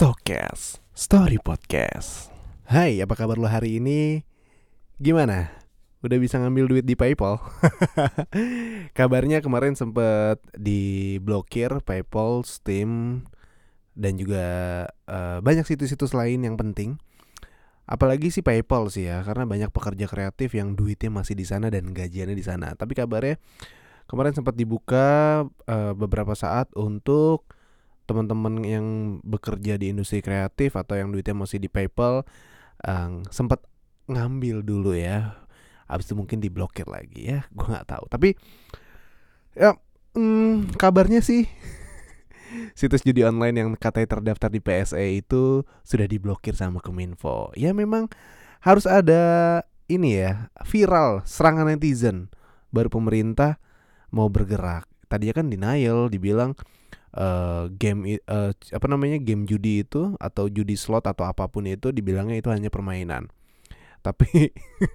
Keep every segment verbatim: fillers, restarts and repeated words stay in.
Stokes Story Podcast. Hai, apa kabar lo hari ini? Gimana? Udah bisa ngambil duit di PayPal? Kabarnya kemarin sempet diblokir PayPal, Steam, dan juga uh, banyak situs-situs lain yang penting. Apalagi sih PayPal sih ya, karena banyak pekerja kreatif yang duitnya masih di sana dan gajiannya di sana. Tapi kabarnya kemarin sempat dibuka uh, beberapa saat untuk teman-teman yang bekerja di industri kreatif atau yang duitnya masih di PayPal, um, sempat ngambil dulu ya. Abis itu mungkin diblokir lagi ya, gue nggak tahu. Tapi ya hmm, kabarnya sih situs judi online yang katanya terdaftar di P S E itu sudah diblokir sama Kominfo. Ya memang harus ada ini ya, viral serangan netizen baru pemerintah mau bergerak. Tadinya kan denial, dibilang Uh, game uh, apa namanya game judi itu atau judi slot atau apapun itu dibilangnya itu hanya permainan. Tapi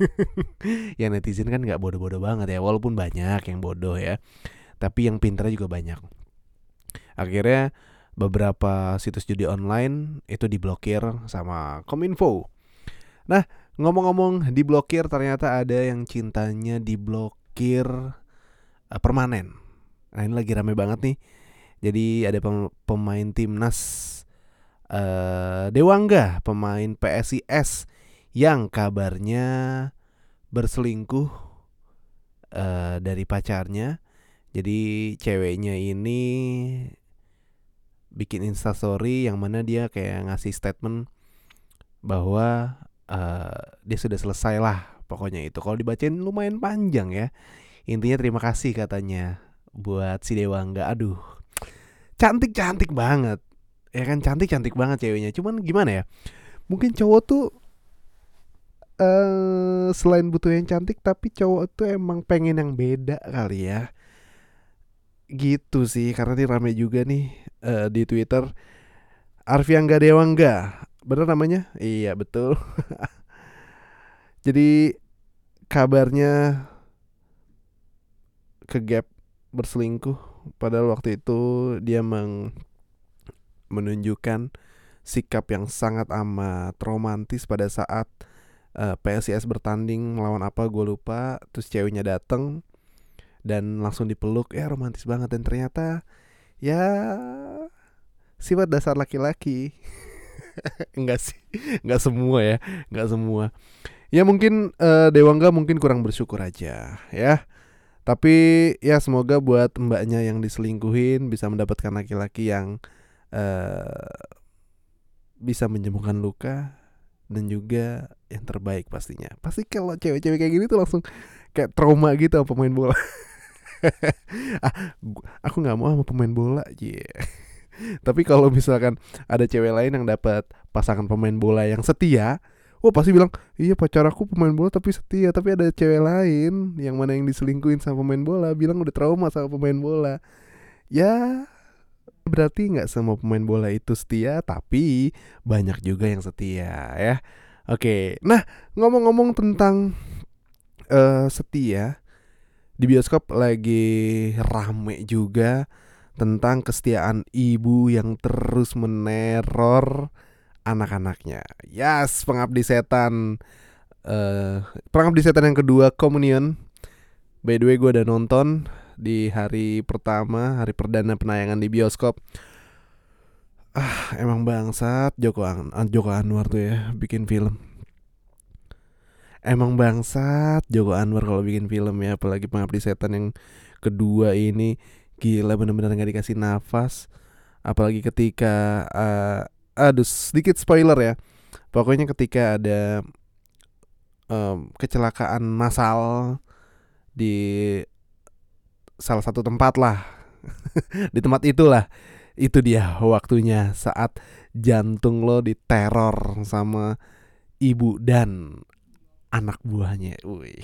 ya netizen kan nggak bodoh-bodoh banget ya, walaupun banyak yang bodoh ya, tapi yang pintar juga banyak. Akhirnya beberapa situs judi online itu diblokir sama Kominfo. Nah, ngomong-ngomong diblokir, ternyata ada yang cintanya diblokir uh, permanen. Nah, ini lagi rame banget nih. Jadi ada pemain timnas uh, Dewangga, pemain P S I S yang kabarnya berselingkuh uh, dari pacarnya. Jadi ceweknya ini bikin instastory yang mana dia kayak ngasih statement bahwa uh, dia sudah selesai lah. Pokoknya itu kalau dibacain lumayan panjang ya. Intinya terima kasih katanya buat si Dewangga. Aduh, cantik-cantik banget. Ya kan, cantik-cantik banget ceweknya. Cuman gimana ya, mungkin cowok tuh uh, selain butuh yang cantik, tapi cowok tuh emang pengen yang beda kali ya. Gitu sih, karena ini rame juga nih uh, di Twitter. Arfiangga Dewangga, bener namanya? Iya betul. Jadi kabarnya ke gap berselingkuh. Padahal waktu itu dia meng menunjukkan sikap yang sangat amat romantis pada saat uh, P S I S bertanding melawan apa gue lupa. Terus ceweknya dateng dan langsung dipeluk. Ya romantis banget. Dan ternyata ya sifat dasar laki-laki. Enggak sih, enggak semua ya, enggak semua. Ya mungkin uh, Dewangga mungkin kurang bersyukur aja ya. Tapi ya semoga buat mbaknya yang diselingkuhin bisa mendapatkan laki-laki yang uh, bisa menyembuhkan luka dan juga yang terbaik pastinya. Pasti kalau cewek-cewek kayak gini tuh langsung kayak trauma gitu sama pemain bola. ah, aku nggak mau sama pemain bola, yeah. Tapi kalau misalkan ada cewek lain yang dapat pasangan pemain bola yang setia, oh pasti bilang, iya pacar aku pemain bola tapi setia. Tapi ada cewek lain yang mana yang diselingkuhin sama pemain bola, bilang udah trauma sama pemain bola. Ya berarti gak semua pemain bola itu setia, tapi banyak juga yang setia ya. Oke, nah ngomong-ngomong tentang uh, setia, di bioskop lagi rame juga tentang kesetiaan ibu yang terus meneror anak-anaknya. Yes, Pengabdi Setan, uh, Pengabdi Setan yang kedua, Communion. By the way, gue udah nonton di hari pertama, hari perdana penayangan di bioskop. Ah, emang bangsat Joko, An- Joko Anwar tuh ya bikin film. Emang bangsat Joko Anwar kalau bikin film ya, apalagi Pengabdi Setan yang kedua ini gila, bener-bener gak dikasih nafas. Apalagi ketika uh, aduh sedikit spoiler ya. Pokoknya ketika ada um, kecelakaan massal di salah satu tempat lah. Di tempat itulah, itu dia waktunya saat jantung lo diteror sama ibu dan anak buahnya. Wih.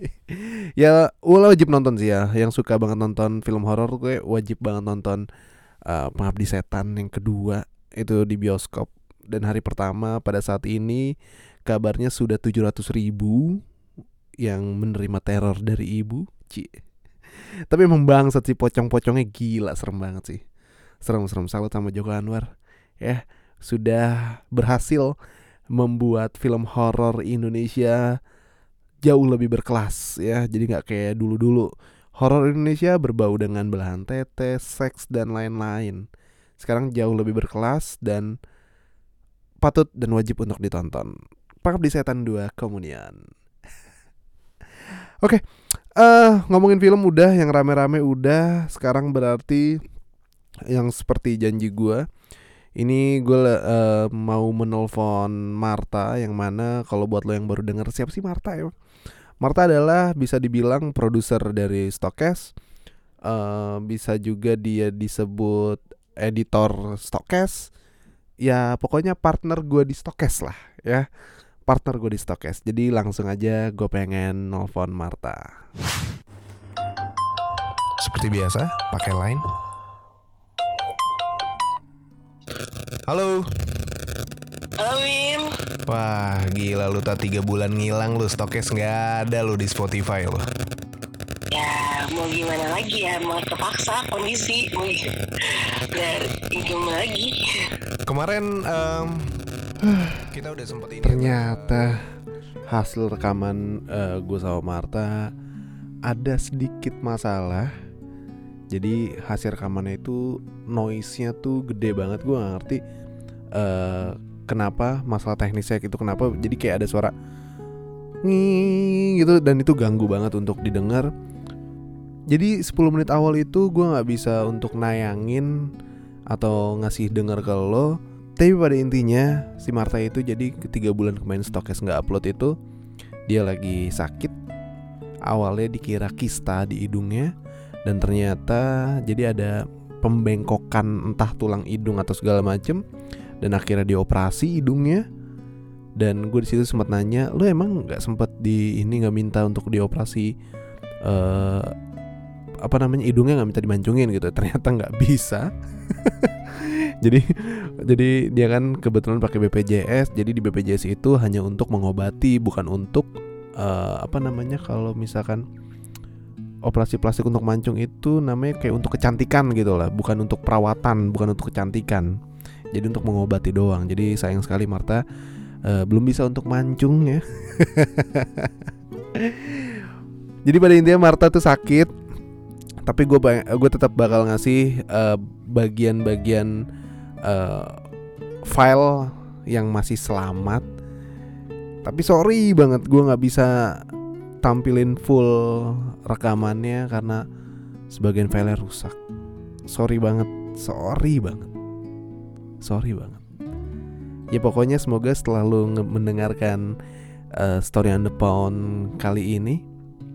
Ya lo wajib nonton sih ya. Yang suka banget nonton film horor, gue wajib banget nonton uh, Pengabdi Setan yang kedua itu di bioskop. Dan hari pertama pada saat ini kabarnya sudah tujuh ratus ribu yang menerima teror dari ibu. Cie. Tapi emang bangsat sih, pocong-pocongnya gila, serem banget sih. Serem-serem, salut sama Joko Anwar. Ya, sudah berhasil membuat film horor Indonesia jauh lebih berkelas ya. Jadi nggak kayak dulu-dulu. Horor Indonesia berbau dengan belahan tete, seks dan lain-lain. Sekarang jauh lebih berkelas dan patut dan wajib untuk ditonton. Pengabdi Setan dua Komunian. Oke, okay. uh, ngomongin film udah, yang rame-rame udah. Sekarang berarti yang seperti janji gue, ini gue uh, mau menelpon Marta, yang mana kalau buat lo yang baru denger, siapa sih Marta ya? Marta adalah bisa dibilang produser dari Stokes, uh, bisa juga dia disebut editor Stokes. Ya pokoknya partner gue di Stokes lah ya. Partner gue di Stokes. Jadi langsung aja gue pengen nelfon Marta. Seperti biasa, pakai line. Halo. Halo Wim. Wah gila lu tak tiga bulan ngilang lu. Stokes gak ada lu di Spotify lu. Ya mau gimana lagi ya, mau terpaksa kondisi. Mau dari gimana lagi. Kemarin um, kita udah sempet ini. Ternyata hasil rekaman uh, gue sama Marta ada sedikit masalah. Jadi hasil rekamannya itu noise-nya tuh gede banget. Gue gak ngerti uh, kenapa, masalah teknisnya itu kenapa. Jadi kayak ada suara ngii gitu, dan itu ganggu banget untuk didengar. Jadi sepuluh menit awal itu gue gak bisa untuk nayangin atau ngasih denger ke lo. Tapi pada intinya si Marta itu jadi tiga bulan kemarin Stokes gak upload itu dia lagi sakit. Awalnya dikira kista di hidungnya, dan ternyata jadi ada pembengkokan entah tulang hidung atau segala macem, dan akhirnya dioperasi hidungnya. Dan gue di situ sempat nanya, lo emang nggak sempet di ini nggak minta untuk dioperasi uh, apa namanya hidungnya, nggak minta dimancungin gitu? Ternyata nggak bisa. jadi jadi dia kan kebetulan pakai B P J S. Jadi di B P J S itu hanya untuk mengobati, bukan untuk uh, apa namanya kalau misalkan operasi plastik untuk mancung itu namanya kayak untuk kecantikan gitu lah, bukan untuk perawatan, bukan untuk kecantikan. Jadi untuk mengobati doang. Jadi sayang sekali Marta uh, belum bisa untuk mancung ya. Jadi pada intinya Marta tuh sakit, tapi gue gue tetap bakal ngasih uh, bagian-bagian uh, file yang masih selamat. Tapi sorry banget gue nggak bisa tampilin full rekamannya karena sebagian filenya rusak. Sorry banget, sorry banget, sorry banget. Ya pokoknya semoga setelah lu nge- mendengarkan uh, Story on the Pond kali ini,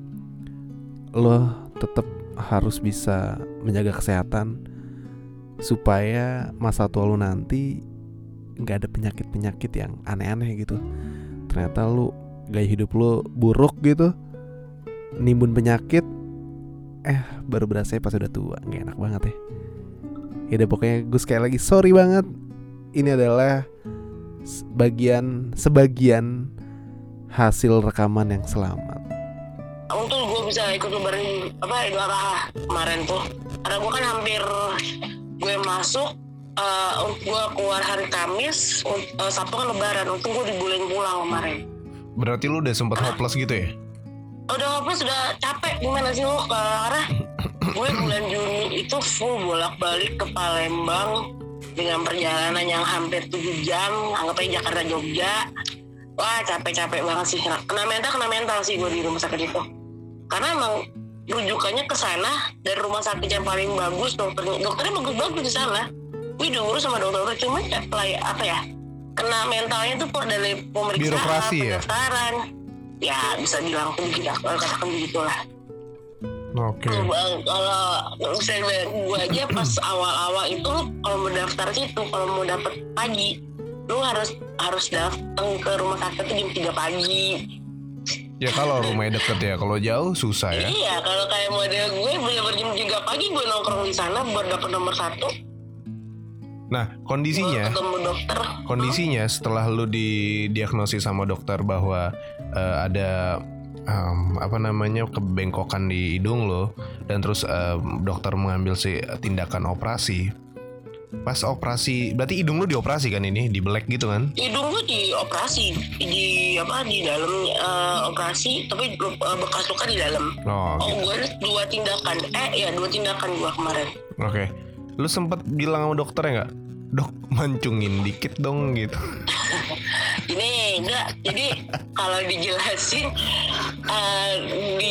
lo tetap harus bisa menjaga kesehatan supaya masa tua lu nanti nggak ada penyakit-penyakit yang aneh-aneh gitu. Ternyata lu gaya hidup lu buruk gitu, nimbun penyakit, eh baru berasa pas udah tua. Gak enak banget ya. Ya udah pokoknya gue sekali lagi sorry banget. Ini adalah sebagian sebagian hasil rekaman yang selamat. Untung gue bisa ikut lebaran apa Idul Adha kemarin tuh. Karena gue kan hampir gue masuk uh, gue keluar hari Kamis, uh, Sabtu kan lebaran. Untung gue dibolehin pulang kemarin. Berarti lu udah sempet hopeless gitu ya? Udah hopeless, udah capek. Gimana sih lo? Karena gue bulan Juni itu full bolak-balik ke Palembang dengan perjalanan yang hampir tujuh jam. Anggap aja Jakarta Jogja. Wah capek-capek banget sih. Kena mental, kena mental sih gue di rumah sakit itu. Karena emang rujukannya ke sana dari rumah sakit yang paling bagus, dokternya dokternya bagus-bagus di sana. Gue diurus sama dokter-dokter, cuma ya play apa ya? Kena mentalnya tuh dari pemeriksaan, birokrasi ya? pendaftaran. Ya bisa bilang begitu, kalau katakan begitulah. Oke. Okay. Kalau misalnya gue aja pas awal-awal itu, kalau mau daftar situ, kalau mau dapet pagi, lu harus harus datang ke rumah sakit tuh jam tiga pagi. Ya kalau rumahnya deket ya, kalau jauh susah ya. Iya, kalau kayak model gue bener-bener jam tiga pagi gue nongkrong di sana buat dapet nomor satu. Nah kondisinya, kondisinya setelah lu didiagnosis sama dokter bahwa uh, ada um, apa namanya kebengkokan di hidung lo, dan terus uh, dokter mengambil si tindakan operasi, Pas operasi, berarti hidung lu dioperasi kan ini, dibelek gitu kan? Hidung gue dioperasi di apa di dalam uh, operasi, tapi uh, bekas luka di dalam. Oh, oh gitu. gue dua tindakan, eh ya dua tindakan gue kemarin. Oke, okay. Lu sempet bilang sama dokternya nggak? Dok, mancungin dikit dong gitu. Ini enggak, jadi kalau dijelasin uh, di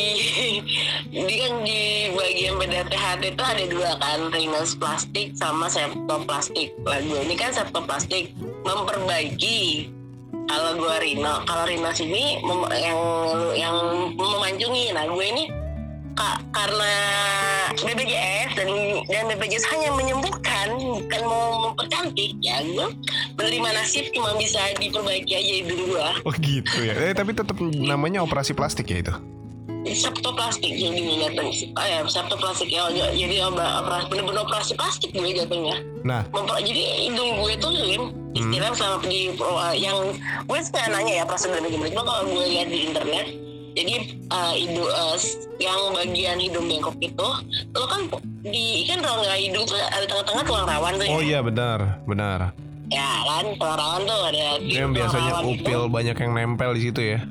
di kan di bagian beda T H T itu ada dua kan, rhinoplastik sama septoplastik. Nah, gue ini kan septoplastik memperbaiki. Kalau gue rhino, kalau rhino sini mem- yang yang memancungi. Nah gue ini ka- karena B P J S dan dan B P J S hanya menyembuhkan bukan mau mempercantik, ya gue menerima nasib cuma bisa diperbaiki aja hidung gue. Oh gitu ya. Eh tapi tetap namanya operasi plastik ya itu. Septoplastik jadi jatuhnya. Oh ya, septoplastik ya. Jadi operasi benar-benar operasi plastik gue jatuhnya. Nah, Memper, jadi hidung gue tuh Lim, istilah hmm. sama di uh, yang gue sekarang nanya ya prosedurnya gimana. Cuma kalau gue lihat di internet, jadi uh, hidung uh, yang bagian hidung bengkok itu, lo kan di kan rongga hidung tuh ada tengah-tengah tulang rawan tuh. Oh ya? Iya benar, benar. Ya kan tulang rawan tuh ada. Yang biasanya upil itu banyak yang nempel di situ ya.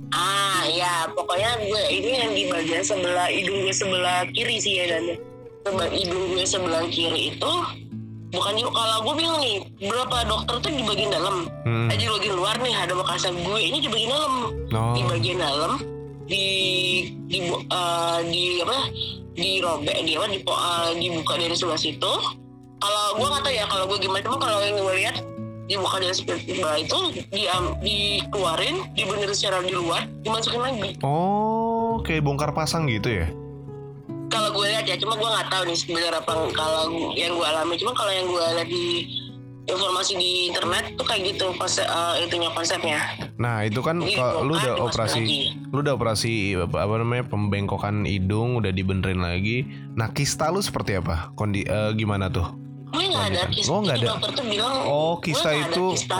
Ah ya, pokoknya gue ini yang di bagian sebelah hidung gue sebelah kiri sih ya dan sebelah hidung gue sebelah kiri itu bukan juga kalau gue bilang nih berapa dokter tuh di bagian dalam, hmm. aja di bagian luar nih ada bekasnya gue ini di bagian dalam, oh. di bagian dalam di di uh, di apa dirobek di apa di, uh, dibuka dari sebelah situ. Kalau gue nggak tahu ya kalau gue gimana, cuma kalau yang gue lihat dibuka dari sebelah itu di, um, dikeluarin dibenerin secara di luar dimasukin lagi. Oh kayak bongkar pasang gitu ya. Kalau gue lihat ya, cuma gue nggak tahu nih sebenarnya apa kalau yang gue alami. Cuma kalau yang gue lihat di informasi di internet tuh kayak gitu konsep, uh, itunya konsepnya. Nah itu kan kalau lu udah operasi, lu udah operasi apa, apa namanya pembengkokan hidung udah dibenerin lagi. Nah kista lu seperti apa? Kondi uh, gimana tuh? Gue nggak ada kista. Oh nggak ada. Dokter tuh bilang. Oh kista itu. Kista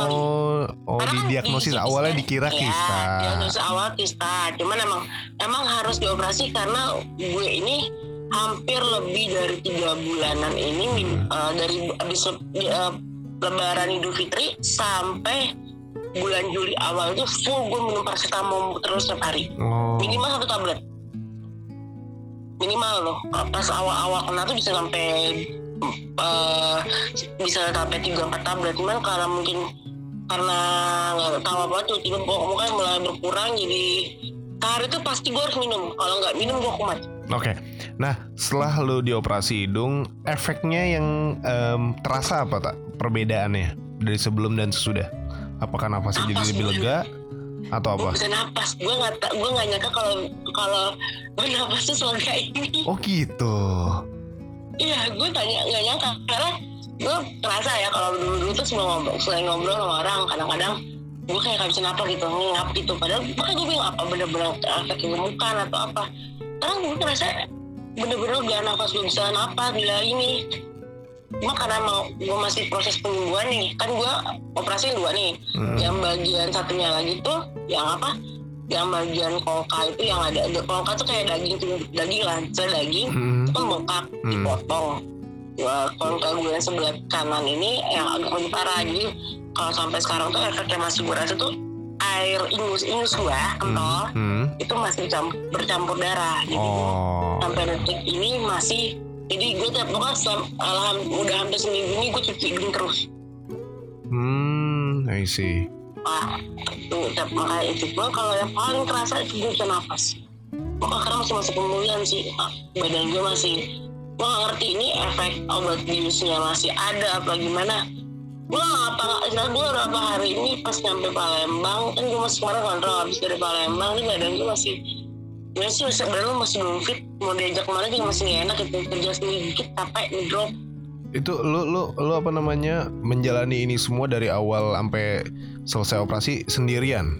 oh oh kan di diagnosis di, awalnya dikira ya, kista. Diagnosis awal kista. Cuman emang emang harus dioperasi karena gue ini hampir lebih dari tiga bulanan ini hmm. uh, dari abis uh, Lebaran Idul Fitri sampai bulan Juli awal itu full gue minum paracetamol terus setiap hari. Oh. Minimal satu tablet. Minimal loh. Pas awal-awal kena tuh bisa sampai Uh, bisa sampai tiga empat tablet. Cuman karena mungkin karena nggak tahu apa tuh tiba mungkin mulai berkurang jadi sehari itu pasti gue harus minum. Kalau nggak minum gue kumat. Oke, okay. Nah setelah lu dioperasi hidung efeknya yang um, terasa apa tak perbedaannya dari sebelum dan sesudah? Apakah nafasnya jadi lebih lega atau apa? Bisa napas, gue nggak gue nggak nyangka kalau kalau bernapas tuh selega ini. Oh gitu. Iya, gue tanya nggak nyangka karena gue terasa ya kalau dulu-dulu tuh semua ngobrol, selain ngobrol sama orang, kadang-kadang gue kayak gak bisa napas gitu, ngap gitu. Padahal makanya gue bilang apa bener-bener efek gemukan atau apa. Karena gue terasa bener-bener gak nafas gue bisa napas gila ini. Cuma karena mau gue masih proses penyembuhan nih, kan gue operasi dua nih. Hmm. Yang bagian satunya lagi tuh yang apa? Yang bagian kolka itu yang ada, kolka tuh kayak daging tuh daging lah, saya daging hmm. itu kan bengkak hmm. dipotong. Nah, kolka gue yang sebelah kanan ini yang agak lebih parah. Jadi kalau sampai sekarang tuh efeknya masih gue rasa tuh air ingus-ingus gue kental hmm. itu masih bercampur, bercampur darah. Jadi oh. sampai detik ini masih. Jadi gue tiap pokoknya alhamdulillah udah hampir seminggu ini gue cuci hidung terus. Hmm, I see. Ah, tuh tiap makanya itu gue kalau yang paling terasa itu gue bisa nafas. Maka karena masih masuk pemulihan sih, badan gue masih, gue gak ngerti ini efek obat biusnya masih ada apa gimana. Gue gak apa, istilah gue berapa hari ini pas nyampe Palembang, kan gue masih kemarin kontrol habis dari Palembang, ini badan gue masih, gue sih masih badan masih belum fit, mau diajak kemana juga masih gak enak gitu, kerja sendiri dikit capek ngedrop. Itu lu lu lu apa namanya menjalani ini semua dari awal sampai selesai operasi sendirian?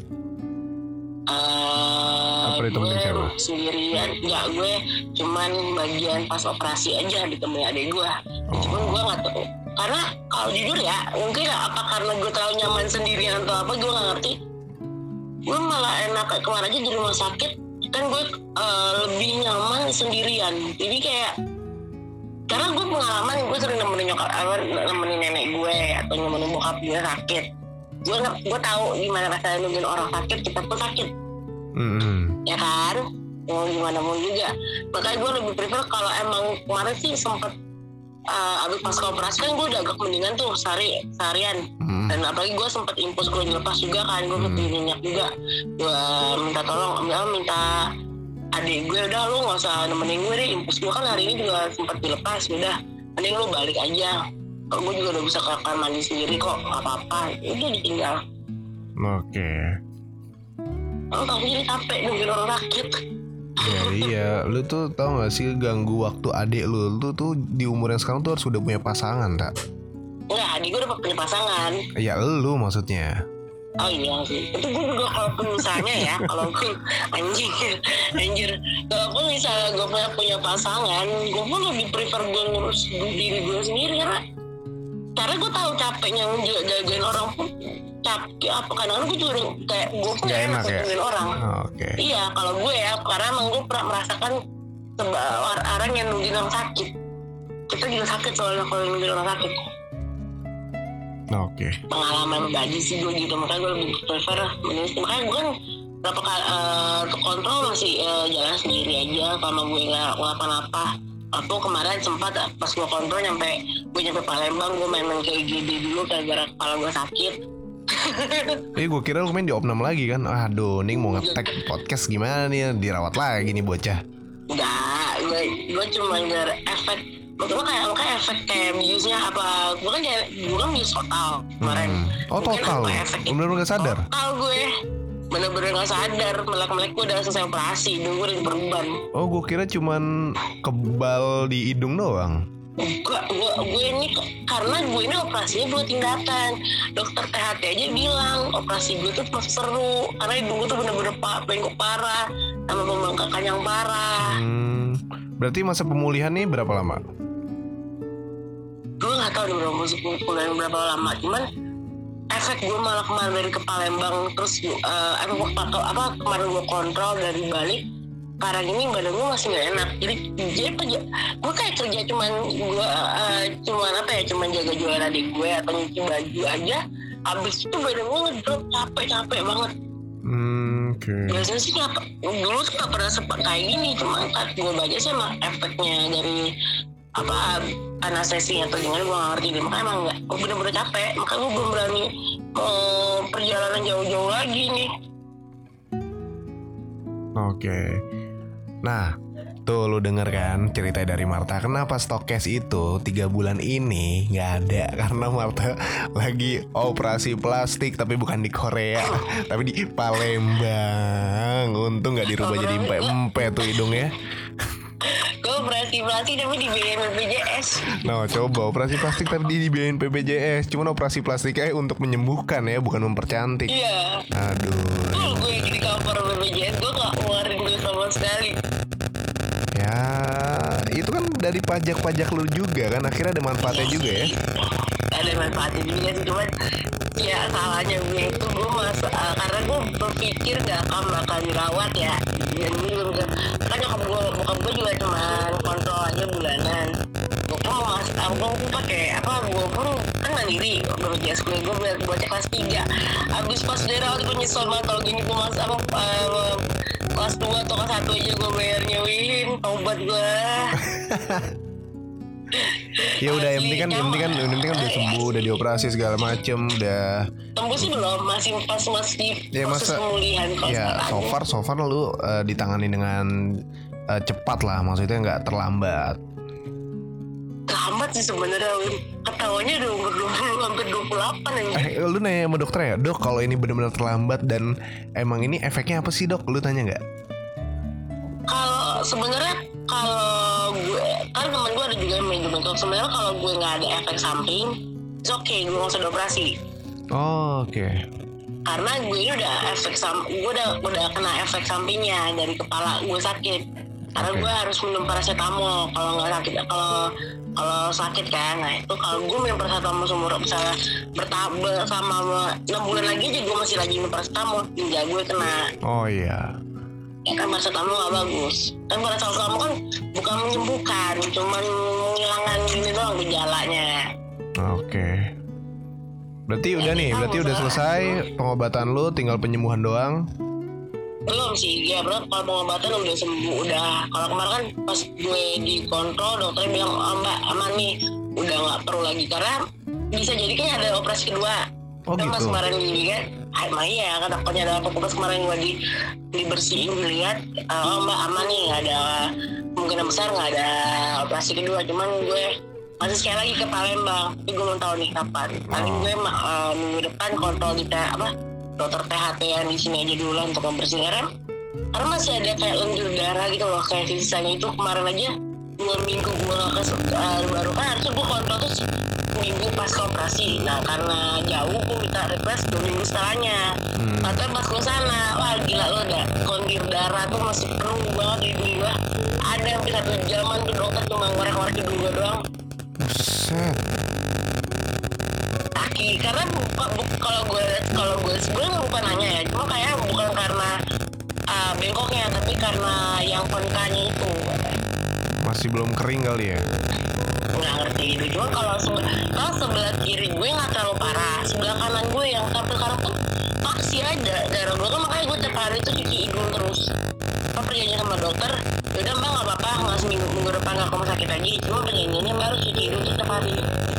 Uh, apa ditemenin siapa? Sendirian, enggak, gue cuman bagian pas operasi aja ditemenin adik gue. Oh. Cuman gue nggak tahu, karena kalau jujur ya mungkin apa karena gue terlalu nyaman sendirian atau apa gue nggak ngerti. Gue malah enak kemarin aja di rumah sakit kan gue uh, lebih nyaman sendirian. Jadi kayak Karena gue pengalaman, gue sering nemenin nyokap, apa, nemenin nenek gue atau nemenin bokap gue sakit. Gue gue tahu gimana rasanya nungguin orang sakit, kita pun sakit, mm-hmm. ya kan? Mau gimana pun juga. Makanya gue lebih prefer kalau emang kemarin sih sempet uh, abis pasca operasi kan gue udah agak mendingan tuh sehari seharian. Mm-hmm. Dan apalagi gue sempet impus gue dilepas juga kan, gue mm-hmm. minyak juga. Gue minta tolong, minta adik gue, udah lu nggak usah nemenin gue deh, impus gue kan hari ini juga sempet dilepas, udah mending lu balik aja. Kalau gue juga udah bisa ke kamar mandi sendiri kok, nggak apa-apa, udah ditinggal. Oke. Okay. Oh, kamu jadi capek nungguin orang sakit. Ya iya, lu tuh tau gak sih ganggu waktu adik lu. Lu tuh di umur yang sekarang tuh harus udah punya pasangan, tak? Enggak, adik gue udah punya pasangan. Ya lu maksudnya. Oh iya sih, itu gue juga kalau misalnya ya, kalau gue anjing, anjir, kalau gue misalnya gue punya punya pasangan, gue pun lebih prefer gue ngurus diri gue sendiri karena, karena gue tahu capeknya jagain orang pun capek apa kadang-kadang gue juga kayak gue pun gak enak ya? Jagain orang. Oh, okay. Iya, kalau gue ya, karena emang gue pernah merasakan orang yang nungguin orang sakit, kita juga sakit soalnya kalau nungguin orang sakit. Oke. Okay. Pengalaman pribadi sih gue gitu, makanya gue lebih prefer menulis. Makanya gue kan berapa kali uh, untuk kontrol masih uh, jalan sendiri aja, kalau gue nggak ngapa-ngapa. Aku kemarin sempat pas gue kontrol nyampe gue nyampe Palembang, gue main-main ke I G D dulu gara-gara kepala gue sakit. Eh gue kira lu main di opnam lagi kan. Aduh, Ning mau nge-tag podcast gimana nih, dirawat lagi nih bocah. Enggak, gue gue cuma gara efek. Betul kayak kayak efek kayak biusnya apa? Gue kan kayak gue kan bius total kemarin. Hmm. Oh total? Bener-bener gak sadar? Total gue, bener-bener gak sadar. Melek-melek gue udah selesai operasi, hidung gue udah diperban. Oh gue kira cuman kebal di hidung doang. Enggak, gue gue ini karena gue ini operasinya dua tindakan. Dokter T H T aja bilang operasi gue tuh masih seru karena hidung gue tuh bener-bener bengkok parah sama pembengkakan yang parah. Hmm. Berarti masa pemulihan nih berapa lama? Gue nggak tahu di berapa bulan berapa lama, cuman efek gue malah kemarin dari ke Palembang terus uh, apa, apa kemarin gue kontrol dari balik sekarang ini badan gue masih nggak enak, jadi jadi kerja gue kayak kerja cuman gue uh, cuman apa ya cuman jaga jualan adik gue atau nyuci baju aja, abis itu badan gue ngedrop capek capek banget. Hmm, oke. Okay. Biasanya sih nggak, dulu tuh nggak pernah sempat kayak gini, cuma kan gue baca sih emang efeknya dari apa anestesi atau gimana gue nggak ngerti deh, makanya emang nggak, gue bener-bener capek, makanya gue belum berani mau perjalanan jauh-jauh lagi nih. Oke. Okay. Nah, tuh lu denger kan cerita dari Martha. Kenapa Stokes itu tiga bulan ini nggak ada? Karena Martha lagi operasi plastik, tapi bukan di Korea, tapi di Palembang. Untung nggak dirubah jadi empe-empe tuh hidungnya. Gue operasi plastik tapi dibiayain B P J S. Nah coba operasi plastik tapi dibiayain B P J S. Cuman operasi plastiknya untuk menyembuhkan ya, bukan mempercantik. Iya. Aduh. Kalau gue yang di cover B P J S gue gak ngeluarin duit sama sekali. Ya itu kan dari pajak-pajak lu juga kan, akhirnya ada manfaatnya ya, juga ya. Ada manfaatnya juga sih, cuman ya salahnya gue itu gue masa uh, karena gue berpikir gak akan bakal dirawat ya, dan gue juga kan nyokap gue bokap gue juga cuma kontrol aja bulanan. Gue pun mau mas aku gue pakai apa, gue pun kan mandiri bpjs gue gue buat buat kelas tiga, abis pas dirawat gue nyesel banget kalau gini gue mas apa uh, kelas dua atau kelas satu aja gue bayarnya, win taubat gue. Ya udah yang penting kan yang penting kan yang penting kan udah sembuh, udah dioperasi segala macem, udah tembus sih belum, masih pas masih ya, proses masa, pemulihan. Ya so far so far lu uh, ditangani dengan uh, cepat lah, maksudnya nggak terlambat. Terlambat sih sebenarnya, ketawanya udah umur dua puluh hampir dua puluh delapan aja. Eh lu nanya sama dokter ya, dok kalau ini benar-benar terlambat dan emang ini efeknya apa sih dok? Lu tanya nggak? Kalau sebenarnya kalau gue kan teman gue ada juga yang main bentuk, sebenarnya kalau gue nggak ada efek samping, it's okay, gue nggak usah dioperasi. Oh, oke. Okay. Karena gue ini udah efek sam, gue udah udah kena efek sampingnya dari kepala gue sakit. Karena okay. gue harus minum paracetamol kalau nggak sakit, kalau kalau sakit kan. Nah itu kalau gue minum paracetamol seumur misalnya bertahap sama enam bulan lagi aja gue masih lagi minum paracetamol, ginjal gue kena. Oh iya. ya kan paracetamol nggak bagus. Kan paracetamol kan bukan menyembuhkan, cuman menghilangkan ini doang gejalanya. Oke. Berarti udah nih, berarti udah selesai pengobatan lu, tinggal penyembuhan doang. Belum sih, ya bro, kalau pengobatan udah sembuh, udah. Kalau kemarin kan pas gue dikontrol, dokternya bilang, oh, mbak aman nih, udah nggak perlu lagi, karena bisa jadi kan ada operasi kedua. Oh kan gitu. Pas kemarin gini kan, ah, emang iya kan dokternya ada pas kemarin gue di, dibersihin, dilihat, oh mbak aman nih, nggak ada kemungkinan besar nggak ada operasi kedua, cuman gue masih sekali lagi ke Palembang, tapi gue mau tahu nih kapan. Nanti Oh. gue uh, minggu depan kontrol di apa dokter T H T yang di sini aja dulu untuk membersihin karena karena masih ada kayak lendir darah gitu loh, kayak sisanya itu kemarin aja dua minggu gue ke uh, baru kan harusnya gue kontrol tuh minggu pas operasi. Nah karena jauh gue minta request dua minggu setelahnya. Hmm. Tapi pas gue sana, wah gila lo dah, kondir darah tuh masih penuh banget di hidung gue. Ada yang satu jaman tuh dokter cuma ngorek-ngorek hidung gue doang. Buset. Kaki karena buka, buka, kalau gue kalau gue sebenarnya bukan nanya ya, cuma kayak bukan karena uh, bengkoknya, tapi karena yang konikanya itu Masih belum kering kali ya? nggak ngerti gitu. Cuma kalau sebe- kalau sebelah kiri gue nggak terlalu parah, sebelah kanan gue yang sampai sekarang tuh masih ada darah gue, kan makanya gue tiap hari tuh cuci hidung terus. Apa perjanjian sama dokter, yaudah mbak nggak apa-apa, nggak seminggu minggu depan nggak ke rumah sakit lagi, cuma perjanjiannya mbak harus cuci hidung tuh tiap hari.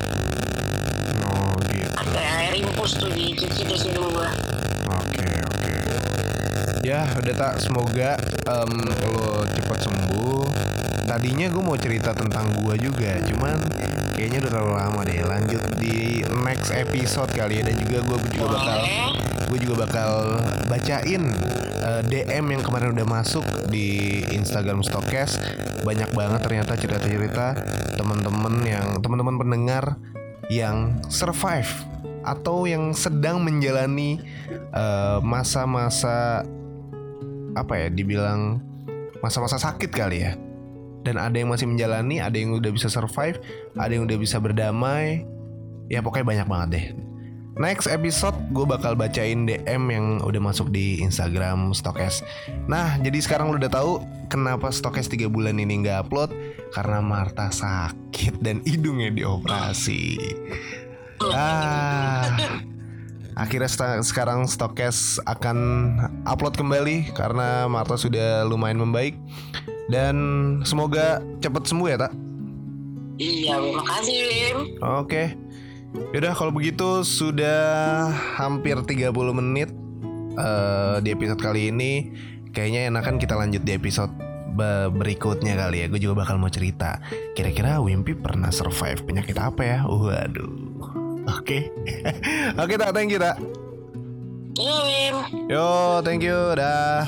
Oh gitu. Kayak air impus tuh dicuci terus hidung gue. Oke oke. Ya udah tak, semoga em, lo cepat sembuh. Tadinya gue mau cerita tentang gue juga, cuman kayaknya udah terlalu lama deh. Lanjut di next episode kali ya. Dan juga gue juga bakal gue juga bakal bacain uh, D M yang kemarin udah masuk di Instagram Stokes. Banyak banget ternyata cerita-cerita teman-teman yang teman-teman pendengar yang survive atau yang sedang menjalani uh, masa-masa apa ya, dibilang masa-masa sakit kali ya. Dan ada yang masih menjalani, ada yang udah bisa survive, ada yang udah bisa berdamai. Ya pokoknya banyak banget deh. Next episode gue bakal bacain D M yang udah masuk di Instagram Stokes. Nah jadi sekarang lu udah tahu kenapa Stokes tiga bulan ini gak upload. Karena Marta sakit dan hidungnya dioperasi. Ah, akhirnya sta- sekarang Stokes akan upload kembali karena Marta sudah lumayan membaik. Dan semoga cepat sembuh ya tak? Iya, terima kasih Wim. Oke. Yaudah kalau begitu sudah hampir tiga puluh menit uh, di episode kali ini. Kayaknya enakan kita lanjut di episode be- berikutnya kali ya. Gue juga bakal mau cerita kira-kira Wimpy pernah survive penyakit apa ya. Waduh. Oke. Oke tak, thank you tak. Iya Wim. Yo, thank you, dah.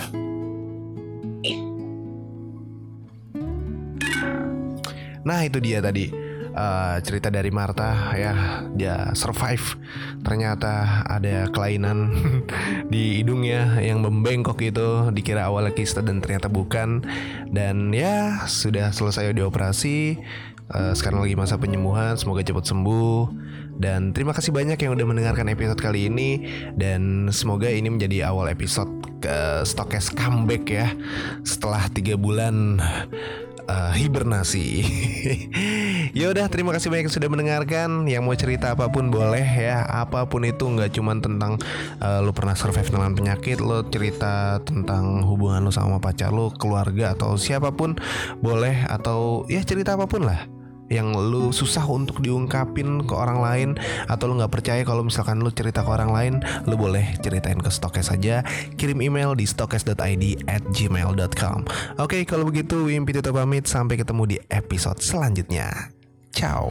Nah itu dia tadi uh, cerita dari Marta ya, dia survive. Ternyata ada kelainan di hidungnya yang membengkok itu. Dikira awalnya kista dan ternyata bukan. Dan ya sudah selesai dioperasi. uh, Sekarang lagi masa penyembuhan. Semoga cepat sembuh. Dan terima kasih banyak yang udah mendengarkan episode kali ini. Dan semoga ini menjadi awal episode ke Stokes comeback ya, setelah tiga bulan Uh, hibernasi. Ya udah, terima kasih banyak yang sudah mendengarkan. Yang mau cerita apapun boleh ya, apapun itu, nggak cuma tentang uh, lu pernah survive dengan penyakit, lu cerita tentang hubungan lu sama pacar lu, keluarga atau siapapun boleh, atau ya cerita apapun lah yang lu susah untuk diungkapin ke orang lain, atau lu nggak percaya kalau misalkan lu cerita ke orang lain, lu boleh ceritain ke Stokes saja. Kirim email di stokes dot i d at gmail dot com. Oke, kalau begitu Wimpy tutup pamit. Sampai ketemu di episode selanjutnya. Ciao.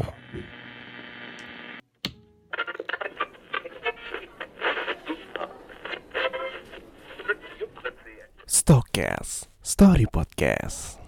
Stokes Story Podcast.